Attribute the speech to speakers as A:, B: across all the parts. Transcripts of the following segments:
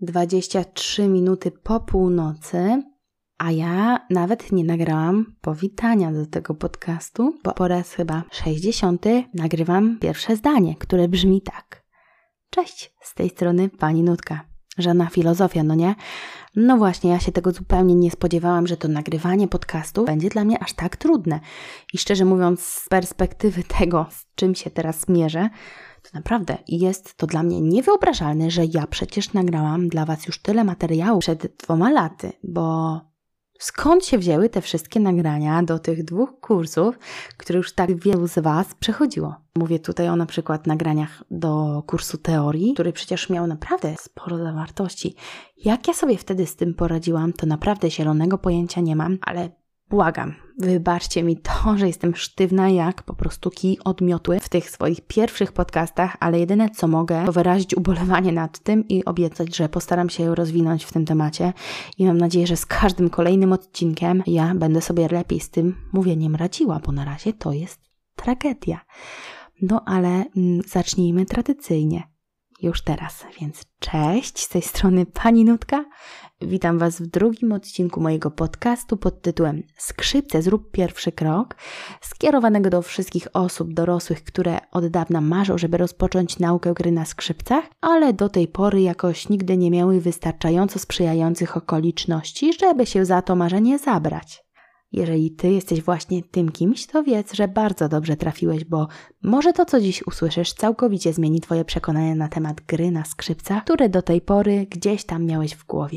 A: 23 minuty po północy, a ja nawet nie nagrałam powitania do tego podcastu, bo po raz chyba 60 nagrywam pierwsze zdanie, które brzmi tak. Cześć, z tej strony Pani Nutka. Żadna filozofia, no nie? No właśnie, ja się tego zupełnie nie spodziewałam, że to nagrywanie podcastu będzie dla mnie aż tak trudne. I szczerze mówiąc, z perspektywy tego, z czym się teraz mierzę, to naprawdę jest to dla mnie niewyobrażalne, że ja przecież nagrałam dla Was już tyle materiału przed 2 laty, bo skąd się wzięły te wszystkie nagrania do tych 2 kursów, które już tak wielu z Was przechodziło? Mówię tutaj o na przykład nagraniach do kursu teorii, który przecież miał naprawdę sporo zawartości. Jak ja sobie wtedy z tym poradziłam, to naprawdę zielonego pojęcia nie mam, ale błagam, wybaczcie mi to, że jestem sztywna jak po prostu kij od miotły w tych swoich pierwszych podcastach, ale jedyne co mogę to wyrazić ubolewanie nad tym i obiecać, że postaram się rozwinąć w tym temacie i mam nadzieję, że z każdym kolejnym odcinkiem ja będę sobie lepiej z tym mówieniem radziła, bo na razie to jest tragedia. No ale zacznijmy tradycyjnie. Już teraz, więc cześć, z tej strony Pani Nutka. Witam Was w drugim odcinku mojego podcastu pod tytułem Skrzypce, zrób pierwszy krok, skierowanego do wszystkich osób dorosłych, które od dawna marzą, żeby rozpocząć naukę gry na skrzypcach, ale do tej pory jakoś nigdy nie miały wystarczająco sprzyjających okoliczności, żeby się za to marzenie zabrać. Jeżeli Ty jesteś właśnie tym kimś, to wiedz, że bardzo dobrze trafiłeś, bo może to, co dziś usłyszysz, całkowicie zmieni Twoje przekonania na temat gry na skrzypcach, które do tej pory gdzieś tam miałeś w głowie.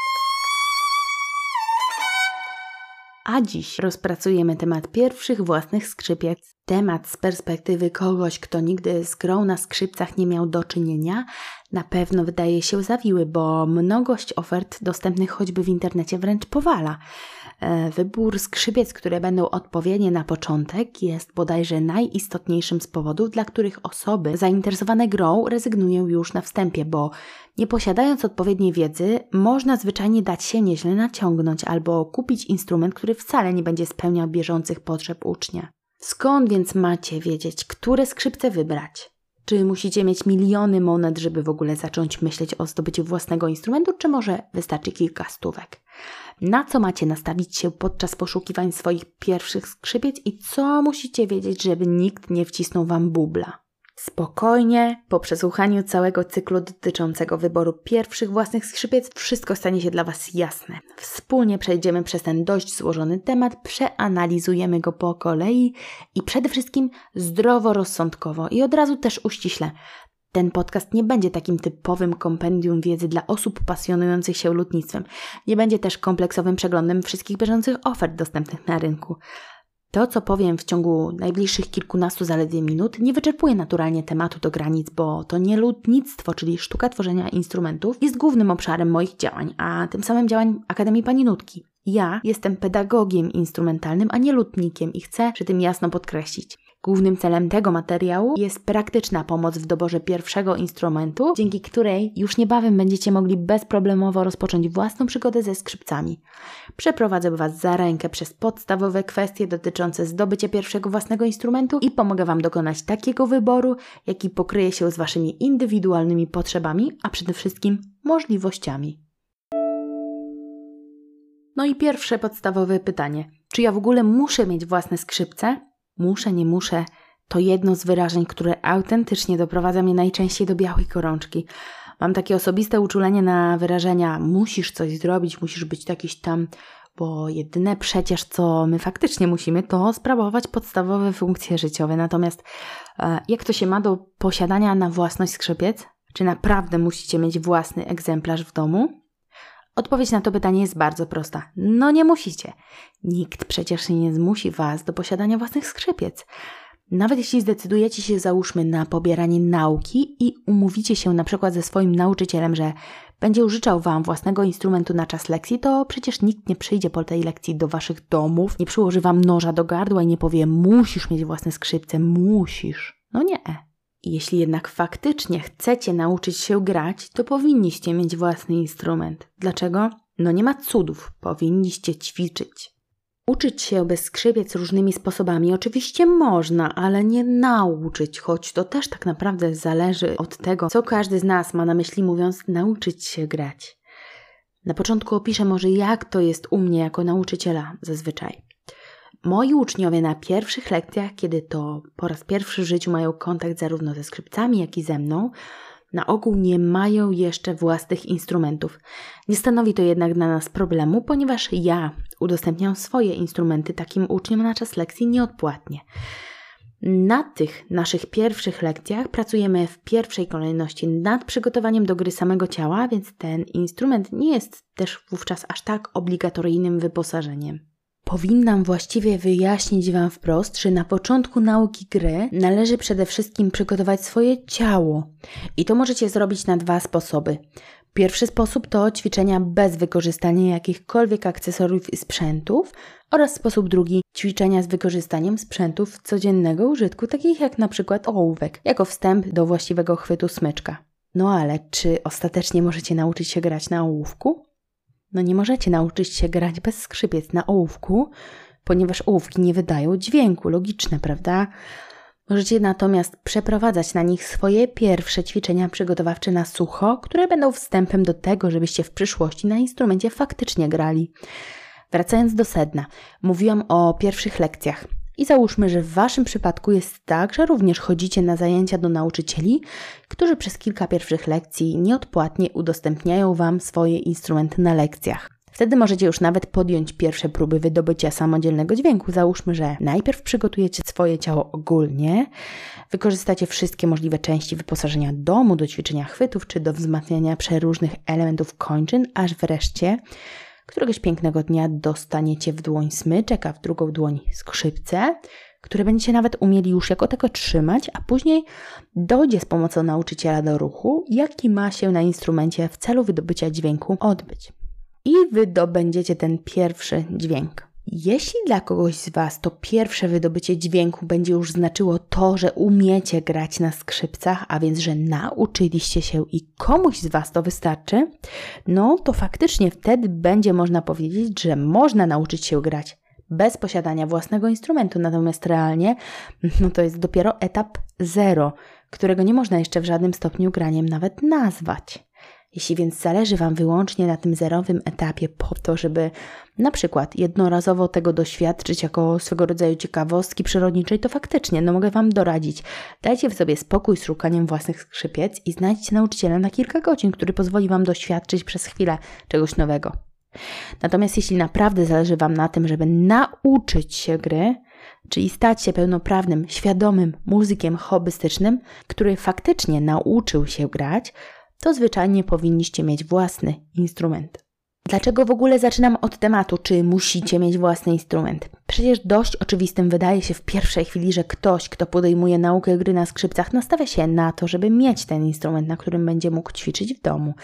A: A dziś rozpracujemy temat pierwszych własnych skrzypiec. Temat z perspektywy kogoś, kto nigdy z grą na skrzypcach nie miał do czynienia, na pewno wydaje się zawiły, bo mnogość ofert dostępnych choćby w internecie wręcz powala. Wybór skrzypiec, które będą odpowiednie na początek, jest bodajże najistotniejszym z powodów, dla których osoby zainteresowane grą rezygnują już na wstępie, bo nie posiadając odpowiedniej wiedzy, można zwyczajnie dać się nieźle naciągnąć albo kupić instrument, który wcale nie będzie spełniał bieżących potrzeb ucznia. Skąd więc macie wiedzieć, które skrzypce wybrać? Czy musicie mieć miliony monet, żeby w ogóle zacząć myśleć o zdobyciu własnego instrumentu, czy może wystarczy kilka stówek? Na co macie nastawić się podczas poszukiwań swoich pierwszych skrzypiec i co musicie wiedzieć, żeby nikt nie wcisnął Wam bubla? Spokojnie, po przesłuchaniu całego cyklu dotyczącego wyboru pierwszych własnych skrzypiec, wszystko stanie się dla Was jasne. Wspólnie przejdziemy przez ten dość złożony temat, przeanalizujemy go po kolei i przede wszystkim zdroworozsądkowo i od razu też uściślę. Ten podcast nie będzie takim typowym kompendium wiedzy dla osób pasjonujących się lutnictwem. Nie będzie też kompleksowym przeglądem wszystkich bieżących ofert dostępnych na rynku. To, co powiem w ciągu najbliższych kilkunastu zaledwie minut, nie wyczerpuje naturalnie tematu do granic, bo to nie lutnictwo, czyli sztuka tworzenia instrumentów, jest głównym obszarem moich działań, a tym samym działań Akademii Pani Nutki. Ja jestem pedagogiem instrumentalnym, a nie lutnikiem i chcę przy tym jasno podkreślić. Głównym celem tego materiału jest praktyczna pomoc w doborze pierwszego instrumentu, dzięki której już niebawem będziecie mogli bezproblemowo rozpocząć własną przygodę ze skrzypcami. Przeprowadzę Was za rękę przez podstawowe kwestie dotyczące zdobycia pierwszego własnego instrumentu i pomogę Wam dokonać takiego wyboru, jaki pokryje się z Waszymi indywidualnymi potrzebami, a przede wszystkim możliwościami. No i pierwsze podstawowe pytanie. Czy ja w ogóle muszę mieć własne skrzypce? Muszę, nie muszę, to jedno z wyrażeń, które autentycznie doprowadza mnie najczęściej do białej gorączki. Mam takie osobiste uczulenie na wyrażenia musisz coś zrobić, musisz być jakiś tam, bo jedyne przecież, co my faktycznie musimy, to sprawować podstawowe funkcje życiowe. Natomiast jak to się ma do posiadania na własność skrzypiec? Czy naprawdę musicie mieć własny egzemplarz w domu? Odpowiedź na to pytanie jest bardzo prosta. No nie musicie. Nikt przecież nie zmusi Was do posiadania własnych skrzypiec. Nawet jeśli zdecydujecie się, załóżmy, na pobieranie nauki i umówicie się na przykład ze swoim nauczycielem, że będzie użyczał Wam własnego instrumentu na czas lekcji, to przecież nikt nie przyjdzie po tej lekcji do Waszych domów, nie przyłoży Wam noża do gardła i nie powie musisz mieć własne skrzypce, musisz. No nie. Jeśli jednak faktycznie chcecie nauczyć się grać, to powinniście mieć własny instrument. Dlaczego? No nie ma cudów, powinniście ćwiczyć. Uczyć się bez skrzypiec różnymi sposobami oczywiście można, ale nie nauczyć, choć to też tak naprawdę zależy od tego, co każdy z nas ma na myśli, mówiąc nauczyć się grać. Na początku opiszę może, jak to jest u mnie jako nauczyciela zazwyczaj. Moi uczniowie na pierwszych lekcjach, kiedy to po raz pierwszy w życiu mają kontakt zarówno ze skrzypcami, jak i ze mną, na ogół nie mają jeszcze własnych instrumentów. Nie stanowi to jednak dla nas problemu, ponieważ ja udostępniam swoje instrumenty takim uczniom na czas lekcji nieodpłatnie. Na tych naszych pierwszych lekcjach pracujemy w pierwszej kolejności nad przygotowaniem do gry samego ciała, więc ten instrument nie jest też wówczas aż tak obligatoryjnym wyposażeniem. Powinnam właściwie wyjaśnić Wam wprost, że na początku nauki gry należy przede wszystkim przygotować swoje ciało. I to możecie zrobić na 2 sposoby. Pierwszy sposób to ćwiczenia bez wykorzystania jakichkolwiek akcesoriów i sprzętów oraz sposób drugi ćwiczenia z wykorzystaniem sprzętów codziennego użytku, takich jak na przykład ołówek, jako wstęp do właściwego chwytu smyczka. No ale czy ostatecznie możecie nauczyć się grać na ołówku? No nie możecie nauczyć się grać bez skrzypiec na ołówku, ponieważ ołówki nie wydają dźwięku, logiczne, prawda? Możecie natomiast przeprowadzać na nich swoje pierwsze ćwiczenia przygotowawcze na sucho, które będą wstępem do tego, żebyście w przyszłości na instrumencie faktycznie grali. Wracając do sedna, mówiłam o pierwszych lekcjach. I załóżmy, że w Waszym przypadku jest tak, że również chodzicie na zajęcia do nauczycieli, którzy przez kilka pierwszych lekcji nieodpłatnie udostępniają Wam swoje instrumenty na lekcjach. Wtedy możecie już nawet podjąć pierwsze próby wydobycia samodzielnego dźwięku. Załóżmy, że najpierw przygotujecie swoje ciało ogólnie, wykorzystacie wszystkie możliwe części wyposażenia domu do ćwiczenia chwytów czy do wzmacniania przeróżnych elementów kończyn, aż wreszcie któregoś pięknego dnia dostaniecie w dłoń smyczek, a w drugą dłoń skrzypce, które będziecie nawet umieli już jako tego trzymać, a później dojdzie z pomocą nauczyciela do ruchu, jaki ma się na instrumencie w celu wydobycia dźwięku odbyć. I wydobędziecie ten pierwszy dźwięk. Jeśli dla kogoś z Was to pierwsze wydobycie dźwięku będzie już znaczyło to, że umiecie grać na skrzypcach, a więc, że nauczyliście się i komuś z Was to wystarczy, no to faktycznie wtedy będzie można powiedzieć, że można nauczyć się grać bez posiadania własnego instrumentu. Natomiast realnie, no to jest dopiero etap 0, którego nie można jeszcze w żadnym stopniu graniem nawet nazwać. Jeśli więc zależy Wam wyłącznie na tym zerowym etapie po to, żeby na przykład jednorazowo tego doświadczyć jako swego rodzaju ciekawostki przyrodniczej, to faktycznie, mogę Wam doradzić. Dajcie w sobie spokój z szukaniem własnych skrzypiec i znajdźcie nauczyciela na kilka godzin, który pozwoli Wam doświadczyć przez chwilę czegoś nowego. Natomiast jeśli naprawdę zależy Wam na tym, żeby nauczyć się gry, czyli stać się pełnoprawnym, świadomym muzykiem hobbystycznym, który faktycznie nauczył się grać, to zwyczajnie powinniście mieć własny instrument. Dlaczego w ogóle zaczynam od tematu, czy musicie mieć własny instrument? Przecież dość oczywistym wydaje się w pierwszej chwili, że ktoś, kto podejmuje naukę gry na skrzypcach, nastawia się na to, żeby mieć ten instrument, na którym będzie mógł ćwiczyć w domu.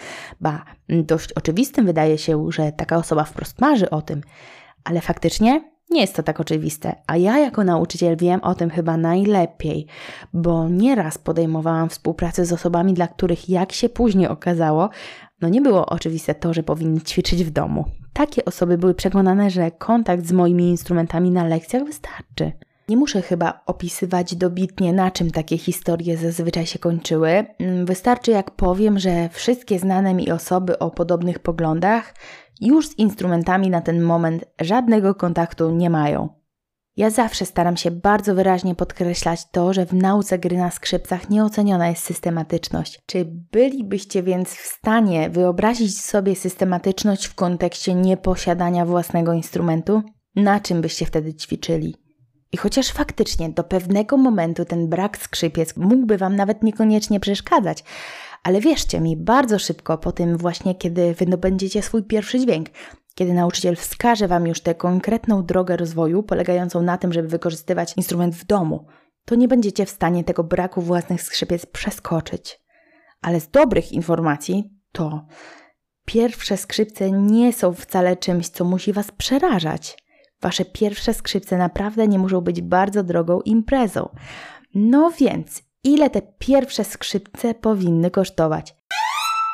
A: Dość oczywistym wydaje się, że taka osoba wprost marzy o tym, ale faktycznie nie jest to tak oczywiste, a ja jako nauczyciel wiem o tym chyba najlepiej, bo nieraz podejmowałam współpracę z osobami, dla których, jak się później okazało, nie było oczywiste to, że powinny ćwiczyć w domu. Takie osoby były przekonane, że kontakt z moimi instrumentami na lekcjach wystarczy. Nie muszę chyba opisywać dobitnie, na czym takie historie zazwyczaj się kończyły. Wystarczy, jak powiem, że wszystkie znane mi osoby o podobnych poglądach już z instrumentami na ten moment żadnego kontaktu nie mają. Ja zawsze staram się bardzo wyraźnie podkreślać to, że w nauce gry na skrzypcach nieoceniona jest systematyczność. Czy bylibyście więc w stanie wyobrazić sobie systematyczność w kontekście nieposiadania własnego instrumentu? Na czym byście wtedy ćwiczyli? I chociaż faktycznie do pewnego momentu ten brak skrzypiec mógłby Wam nawet niekoniecznie przeszkadzać, ale wierzcie mi, bardzo szybko po tym właśnie, kiedy wydobędziecie swój pierwszy dźwięk, kiedy nauczyciel wskaże Wam już tę konkretną drogę rozwoju polegającą na tym, żeby wykorzystywać instrument w domu, to nie będziecie w stanie tego braku własnych skrzypiec przeskoczyć. Ale z dobrych informacji to pierwsze skrzypce nie są wcale czymś, co musi Was przerażać. Wasze pierwsze skrzypce naprawdę nie muszą być bardzo drogą imprezą. No więc, ile te pierwsze skrzypce powinny kosztować?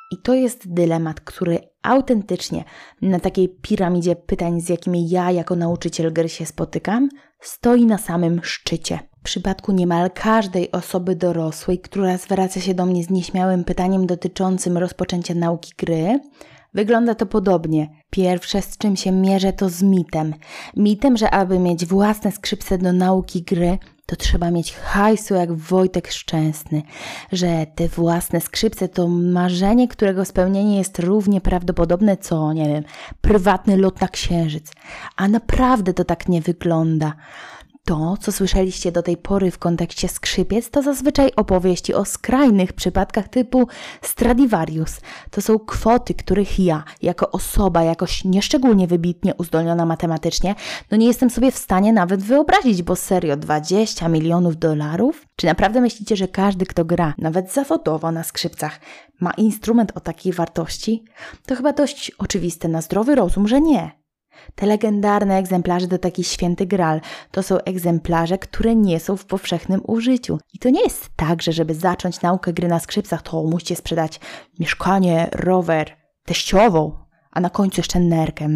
A: I to jest dylemat, który autentycznie na takiej piramidzie pytań, z jakimi ja jako nauczyciel gry się spotykam, stoi na samym szczycie. W przypadku niemal każdej osoby dorosłej, która zwraca się do mnie z nieśmiałym pytaniem dotyczącym rozpoczęcia nauki gry, wygląda to podobnie. Pierwsze, z czym się mierzę, to z mitem. Mitem, że aby mieć własne skrzypce do nauki gry, to trzeba mieć hajsu jak Wojtek Szczęsny, że te własne skrzypce to marzenie, którego spełnienie jest równie prawdopodobne co, nie wiem, prywatny lot na Księżyc. A naprawdę to tak nie wygląda. To, co słyszeliście do tej pory w kontekście skrzypiec, to zazwyczaj opowieści o skrajnych przypadkach typu Stradivarius. To są kwoty, których ja, jako osoba jakoś nieszczególnie wybitnie uzdolniona matematycznie, nie jestem sobie w stanie nawet wyobrazić, bo serio, $20 milionów? Czy naprawdę myślicie, że każdy, kto gra, nawet zawodowo na skrzypcach, ma instrument o takiej wartości? To chyba dość oczywiste na zdrowy rozum, że nie. Te legendarne egzemplarze to taki święty gral. To są egzemplarze, które nie są w powszechnym użyciu. I to nie jest tak, że żeby zacząć naukę gry na skrzypcach, to musicie sprzedać mieszkanie, rower, teściową, a na końcu jeszcze nerkę.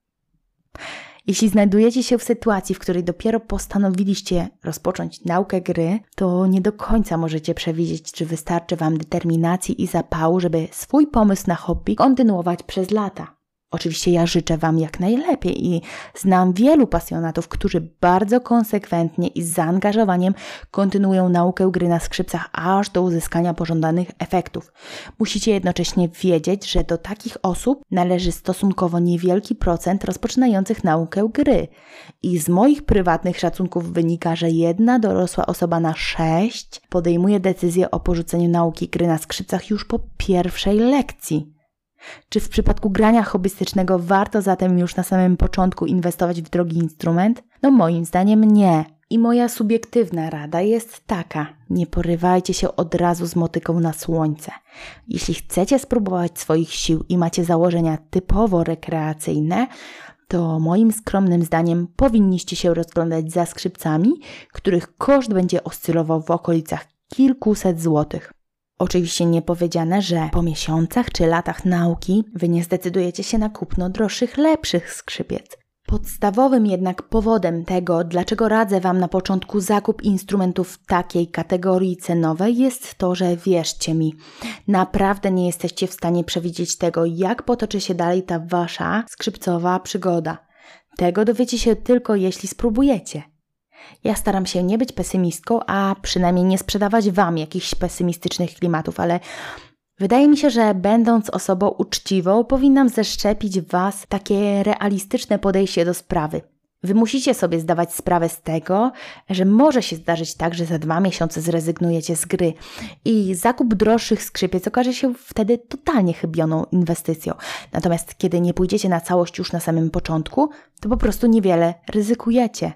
A: Jeśli znajdujecie się w sytuacji, w której dopiero postanowiliście rozpocząć naukę gry, to nie do końca możecie przewidzieć, czy wystarczy Wam determinacji i zapału, żeby swój pomysł na hobby kontynuować przez lata. Oczywiście ja życzę Wam jak najlepiej i znam wielu pasjonatów, którzy bardzo konsekwentnie i z zaangażowaniem kontynuują naukę gry na skrzypcach aż do uzyskania pożądanych efektów. Musicie jednocześnie wiedzieć, że do takich osób należy stosunkowo niewielki procent rozpoczynających naukę gry. I z moich prywatnych szacunków wynika, że 1 dorosła osoba na 6 podejmuje decyzję o porzuceniu nauki gry na skrzypcach już po pierwszej lekcji. Czy w przypadku grania hobbystycznego warto zatem już na samym początku inwestować w drogi instrument? Moim zdaniem nie. I moja subiektywna rada jest taka: nie porywajcie się od razu z motyką na słońce. Jeśli chcecie spróbować swoich sił i macie założenia typowo rekreacyjne, to moim skromnym zdaniem powinniście się rozglądać za skrzypcami, których koszt będzie oscylował w okolicach kilkuset złotych. Oczywiście nie powiedziane, że po miesiącach czy latach nauki Wy nie zdecydujecie się na kupno droższych, lepszych skrzypiec. Podstawowym jednak powodem tego, dlaczego radzę Wam na początku zakup instrumentów takiej kategorii cenowej, jest to, że wierzcie mi, naprawdę nie jesteście w stanie przewidzieć tego, jak potoczy się dalej ta Wasza skrzypcowa przygoda. Tego dowiecie się tylko, jeśli spróbujecie. Ja staram się nie być pesymistką, a przynajmniej nie sprzedawać Wam jakichś pesymistycznych klimatów, ale wydaje mi się, że będąc osobą uczciwą, powinnam zeszczepić w Was takie realistyczne podejście do sprawy. Wy musicie sobie zdawać sprawę z tego, że może się zdarzyć tak, że za 2 miesiące zrezygnujecie z gry i zakup droższych skrzypiec okaże się wtedy totalnie chybioną inwestycją. Natomiast kiedy nie pójdziecie na całość już na samym początku, to po prostu niewiele ryzykujecie.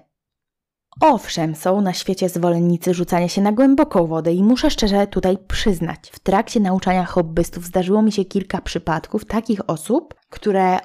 A: Owszem, są na świecie zwolennicy rzucania się na głęboką wodę i muszę szczerze tutaj przyznać, w trakcie nauczania hobbystów zdarzyło mi się kilka przypadków takich osób, które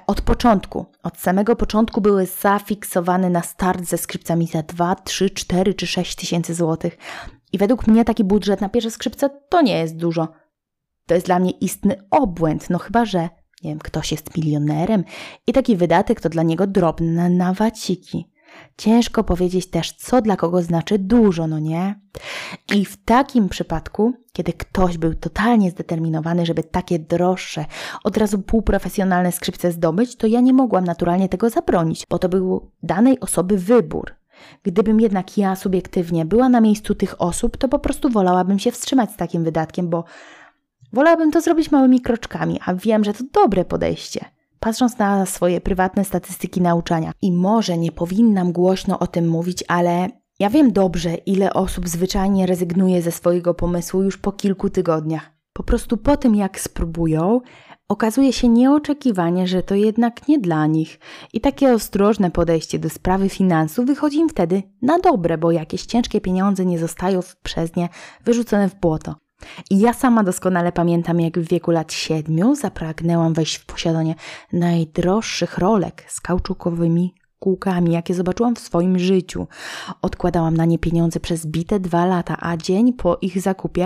A: od samego początku były zafiksowane na start ze skrzypcami za 2, 3, 4 czy 6 tysięcy złotych. I według mnie taki budżet na pierwsze skrzypce to nie jest dużo. To jest dla mnie istny obłęd, chyba że, nie wiem, ktoś jest milionerem i taki wydatek to dla niego drobne na waciki. Ciężko powiedzieć też, co dla kogo znaczy dużo, nie? I w takim przypadku, kiedy ktoś był totalnie zdeterminowany, żeby takie droższe, od razu półprofesjonalne skrzypce zdobyć, to ja nie mogłam naturalnie tego zabronić, bo to był danej osoby wybór. Gdybym jednak ja subiektywnie była na miejscu tych osób, to po prostu wolałabym się wstrzymać z takim wydatkiem, bo wolałabym to zrobić małymi kroczkami, a wiem, że to dobre podejście. Patrząc na swoje prywatne statystyki nauczania. I może nie powinnam głośno o tym mówić, ale ja wiem dobrze, ile osób zwyczajnie rezygnuje ze swojego pomysłu już po kilku tygodniach. Po prostu po tym, jak spróbują, okazuje się nieoczekiwanie, że to jednak nie dla nich. I takie ostrożne podejście do sprawy finansów wychodzi im wtedy na dobre, bo jakieś ciężkie pieniądze nie zostają przez nie wyrzucone w błoto. I ja sama doskonale pamiętam, jak w wieku lat 7 zapragnęłam wejść w posiadanie najdroższych rolek z kauczukowymi kółkami, jakie zobaczyłam w swoim życiu. Odkładałam na nie pieniądze przez bite 2 lata, a dzień po ich zakupie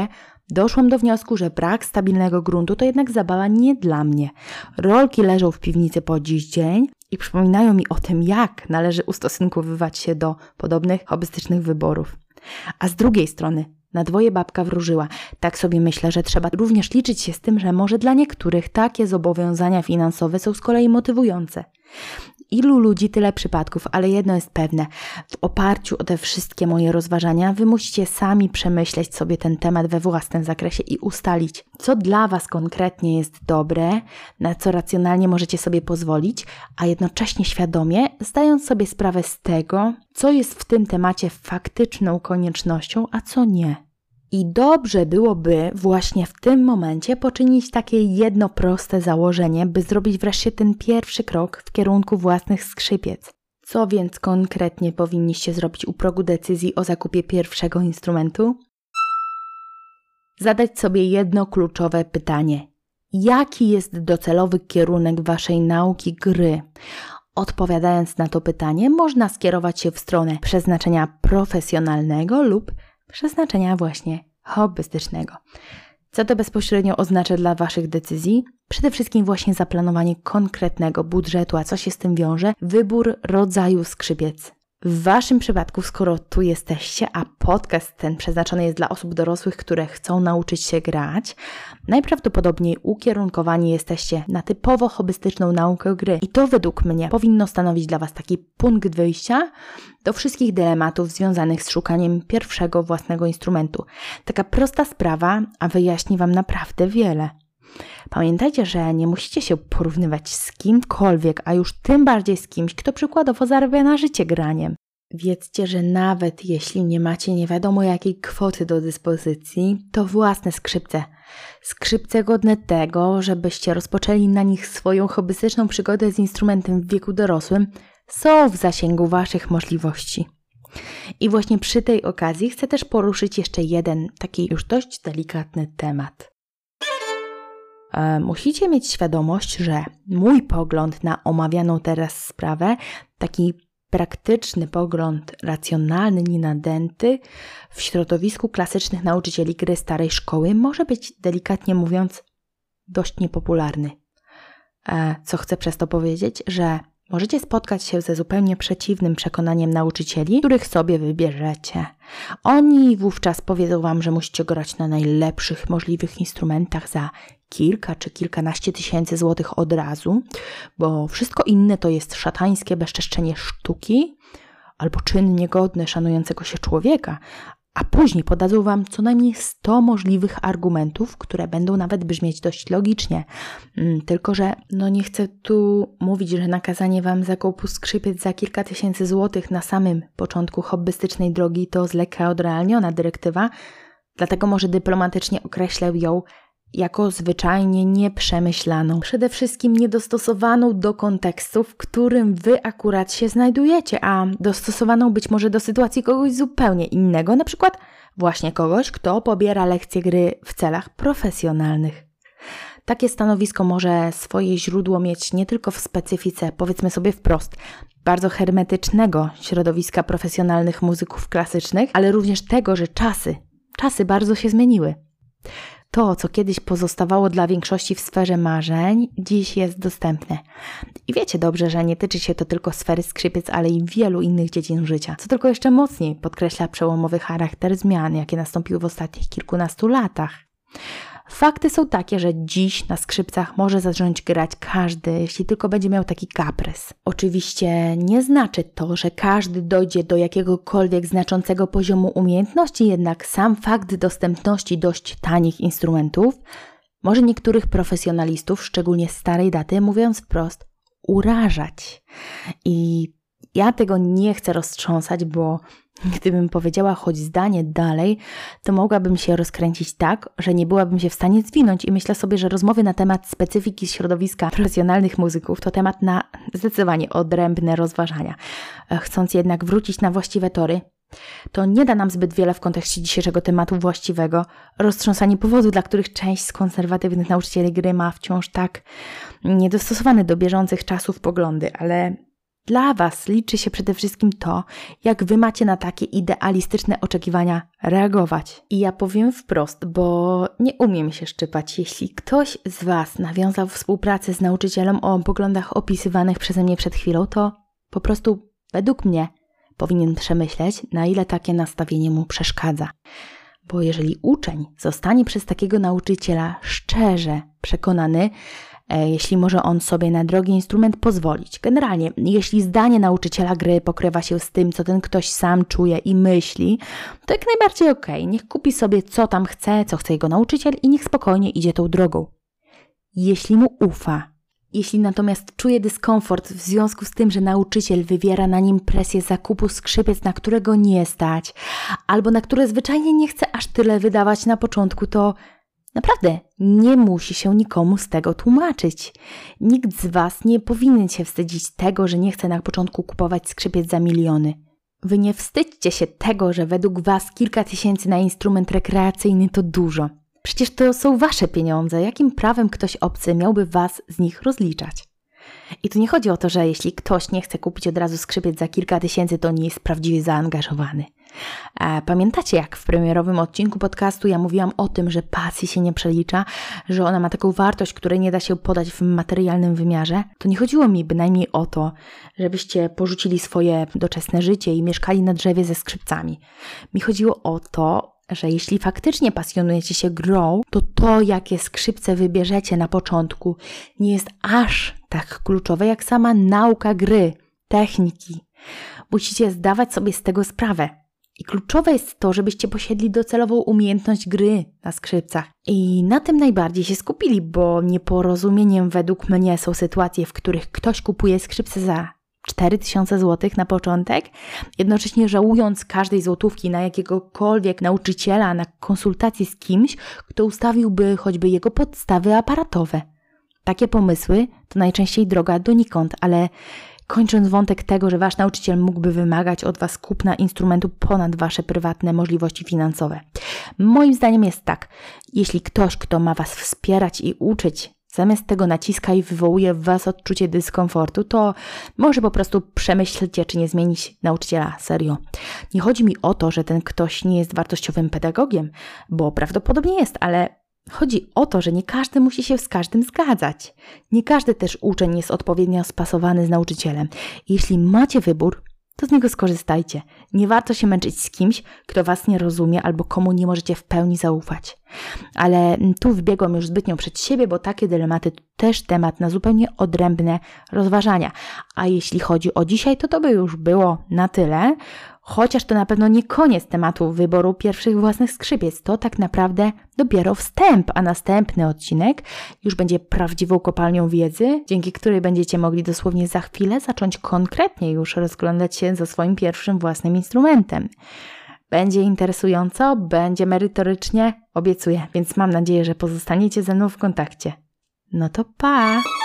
A: Doszłam do wniosku, że brak stabilnego gruntu to jednak zabawa nie dla mnie. Rolki leżą w piwnicy po dziś dzień i przypominają mi o tym, jak należy ustosunkowywać się do podobnych hobbystycznych wyborów. A z drugiej strony, na dwoje babka wróżyła. Tak sobie myślę, że trzeba również liczyć się z tym, że może dla niektórych takie zobowiązania finansowe są z kolei motywujące. Ilu ludzi, tyle przypadków, ale jedno jest pewne. W oparciu o te wszystkie moje rozważania wy musicie sami przemyśleć sobie ten temat we własnym zakresie i ustalić, co dla was konkretnie jest dobre, na co racjonalnie możecie sobie pozwolić, a jednocześnie świadomie zdając sobie sprawę z tego, co jest w tym temacie faktyczną koniecznością, a co nie. I dobrze byłoby właśnie w tym momencie poczynić takie jedno proste założenie, by zrobić wreszcie ten pierwszy krok w kierunku własnych skrzypiec. Co więc konkretnie powinniście zrobić u progu decyzji o zakupie pierwszego instrumentu? Zadać sobie jedno kluczowe pytanie. Jaki jest docelowy kierunek waszej nauki gry? Odpowiadając na to pytanie, można skierować się w stronę przeznaczenia profesjonalnego lub przeznaczenia właśnie hobbystycznego. Co to bezpośrednio oznacza dla waszych decyzji? Przede wszystkim właśnie zaplanowanie konkretnego budżetu, a co się z tym wiąże? Wybór rodzaju skrzypiec. W waszym przypadku, skoro tu jesteście, a podcast ten przeznaczony jest dla osób dorosłych, które chcą nauczyć się grać, najprawdopodobniej ukierunkowani jesteście na typowo hobbystyczną naukę gry. I to według mnie powinno stanowić dla was taki punkt wyjścia do wszystkich dylematów związanych z szukaniem pierwszego własnego instrumentu. Taka prosta sprawa, a wyjaśni wam naprawdę wiele. Pamiętajcie, że nie musicie się porównywać z kimkolwiek, a już tym bardziej z kimś, kto przykładowo zarabia na życie graniem. Wiedzcie, że nawet jeśli nie macie nie wiadomo jakiej kwoty do dyspozycji, to własne skrzypce. Skrzypce godne tego, żebyście rozpoczęli na nich swoją hobbystyczną przygodę z instrumentem w wieku dorosłym, są w zasięgu waszych możliwości. I właśnie przy tej okazji chcę też poruszyć jeszcze jeden, taki już dość delikatny temat. Musicie mieć świadomość, że mój pogląd na omawianą teraz sprawę, taki praktyczny pogląd, racjonalny, nienadęty, w środowisku klasycznych nauczycieli gry starej szkoły może być, delikatnie mówiąc, dość niepopularny. Co chcę przez to powiedzieć? Że możecie spotkać się ze zupełnie przeciwnym przekonaniem nauczycieli, których sobie wybierzecie. Oni wówczas powiedzą wam, że musicie grać na najlepszych możliwych instrumentach za kilka czy kilkanaście tysięcy złotych od razu, bo wszystko inne to jest szatańskie bezczeszczenie sztuki albo czyn niegodny szanującego się człowieka, a później podadzą wam co najmniej 100 możliwych argumentów, które będą nawet brzmieć dość logicznie. Tylko że nie chcę tu mówić, że nakazanie wam zakupu skrzypiec za kilka tysięcy złotych na samym początku hobbystycznej drogi to z lekka odrealniona dyrektywa, dlatego może dyplomatycznie określę ją jako zwyczajnie nieprzemyślaną. Przede wszystkim niedostosowaną do kontekstu, w którym wy akurat się znajdujecie, a dostosowaną być może do sytuacji kogoś zupełnie innego, na przykład właśnie kogoś, kto pobiera lekcje gry w celach profesjonalnych. Takie stanowisko może swoje źródło mieć nie tylko w specyfice, powiedzmy sobie wprost, bardzo hermetycznego środowiska profesjonalnych muzyków klasycznych, ale również tego, że czasy bardzo się zmieniły. To, co kiedyś pozostawało dla większości w sferze marzeń, dziś jest dostępne. I wiecie dobrze, że nie tyczy się to tylko sfery skrzypiec, ale i wielu innych dziedzin życia, co tylko jeszcze mocniej podkreśla przełomowy charakter zmian, jakie nastąpiły w ostatnich kilkunastu latach. Fakty są takie, że dziś na skrzypcach może zacząć grać każdy, jeśli tylko będzie miał taki kaprys. Oczywiście nie znaczy to, że każdy dojdzie do jakiegokolwiek znaczącego poziomu umiejętności, jednak sam fakt dostępności dość tanich instrumentów może niektórych profesjonalistów, szczególnie starej daty, mówiąc wprost, urażać. I ja tego nie chcę roztrząsać, bo gdybym powiedziała choć zdanie dalej, to mogłabym się rozkręcić tak, że nie byłabym się w stanie zwinąć i myślę sobie, że rozmowy na temat specyfiki środowiska profesjonalnych muzyków to temat na zdecydowanie odrębne rozważania. Chcąc jednak wrócić na właściwe tory, to nie da nam zbyt wiele w kontekście dzisiejszego tematu właściwego roztrząsanie powodów, dla których część z konserwatywnych nauczycieli gry ma wciąż tak niedostosowane do bieżących czasów poglądy, ale Dla Was liczy się przede wszystkim to, jak Wy macie na takie idealistyczne oczekiwania reagować. I ja powiem wprost, bo nie umiem się szczypać. Jeśli ktoś z Was nawiązał współpracę z nauczycielem o poglądach opisywanych przeze mnie przed chwilą, to po prostu według mnie powinien przemyśleć, na ile takie nastawienie mu przeszkadza. Bo jeżeli uczeń zostanie przez takiego nauczyciela szczerze przekonany, jeśli może on sobie na drogi instrument pozwolić. Generalnie, jeśli zdanie nauczyciela gry pokrywa się z tym, co ten ktoś sam czuje i myśli, to jak najbardziej okej. Niech kupi sobie co tam chce, co chce jego nauczyciel i niech spokojnie idzie tą drogą. Jeśli mu ufa. Jeśli natomiast czuje dyskomfort w związku z tym, że nauczyciel wywiera na nim presję zakupu skrzypiec, na którego nie stać, albo na które zwyczajnie nie chce aż tyle wydawać na początku, to naprawdę nie musi się nikomu z tego tłumaczyć. Nikt z Was nie powinien się wstydzić tego, że nie chce na początku kupować skrzypiec za miliony. Wy nie wstydźcie się tego, że według Was kilka tysięcy na instrument rekreacyjny to dużo. Przecież to są Wasze pieniądze. Jakim prawem ktoś obcy miałby Was z nich rozliczać? I tu nie chodzi o to, że jeśli ktoś nie chce kupić od razu skrzypiec za kilka tysięcy, to nie jest prawdziwie zaangażowany. Pamiętacie, jak w premierowym odcinku podcastu ja mówiłam o tym, że pasji się nie przelicza, że ona ma taką wartość, której nie da się podać w materialnym wymiarze? To nie chodziło mi bynajmniej o to, żebyście porzucili swoje doczesne życie i mieszkali na drzewie ze skrzypcami. Mi chodziło o to, że jeśli faktycznie pasjonujecie się grą, to jakie skrzypce wybierzecie na początku, nie jest aż tak kluczowe jak sama nauka gry, techniki. Musicie zdawać sobie z tego sprawę. I kluczowe jest to, żebyście posiedli docelową umiejętność gry na skrzypcach. I na tym najbardziej się skupili, bo nieporozumieniem według mnie są sytuacje, w których ktoś kupuje skrzypce za 4000 zł na początek, jednocześnie żałując każdej złotówki na jakiegokolwiek nauczyciela, na konsultację z kimś, kto ustawiłby choćby jego podstawy aparatowe. Takie pomysły to najczęściej droga donikąd, ale kończąc wątek tego, że Wasz nauczyciel mógłby wymagać od Was kupna instrumentu ponad Wasze prywatne możliwości finansowe. Moim zdaniem jest tak, jeśli ktoś, kto ma Was wspierać i uczyć, zamiast tego naciska i wywołuje w Was odczucie dyskomfortu, to może po prostu przemyślcie, czy nie zmienić nauczyciela, serio. Nie chodzi mi o to, że ten ktoś nie jest wartościowym pedagogiem, bo prawdopodobnie jest, ale chodzi o to, że nie każdy musi się z każdym zgadzać. Nie każdy też uczeń jest odpowiednio spasowany z nauczycielem. Jeśli macie wybór, to z niego skorzystajcie. Nie warto się męczyć z kimś, kto Was nie rozumie albo komu nie możecie w pełni zaufać. Ale tu wbiegłam już zbytnio przed siebie, bo takie dylematy to też temat na zupełnie odrębne rozważania. A jeśli chodzi o dzisiaj, to by już było na tyle. Chociaż to na pewno nie koniec tematu wyboru pierwszych własnych skrzypiec. To tak naprawdę dopiero wstęp, a następny odcinek już będzie prawdziwą kopalnią wiedzy, dzięki której będziecie mogli dosłownie za chwilę zacząć konkretnie już rozglądać się za swoim pierwszym własnym instrumentem. Będzie interesująco, będzie merytorycznie, obiecuję, więc mam nadzieję, że pozostaniecie ze mną w kontakcie. No to pa!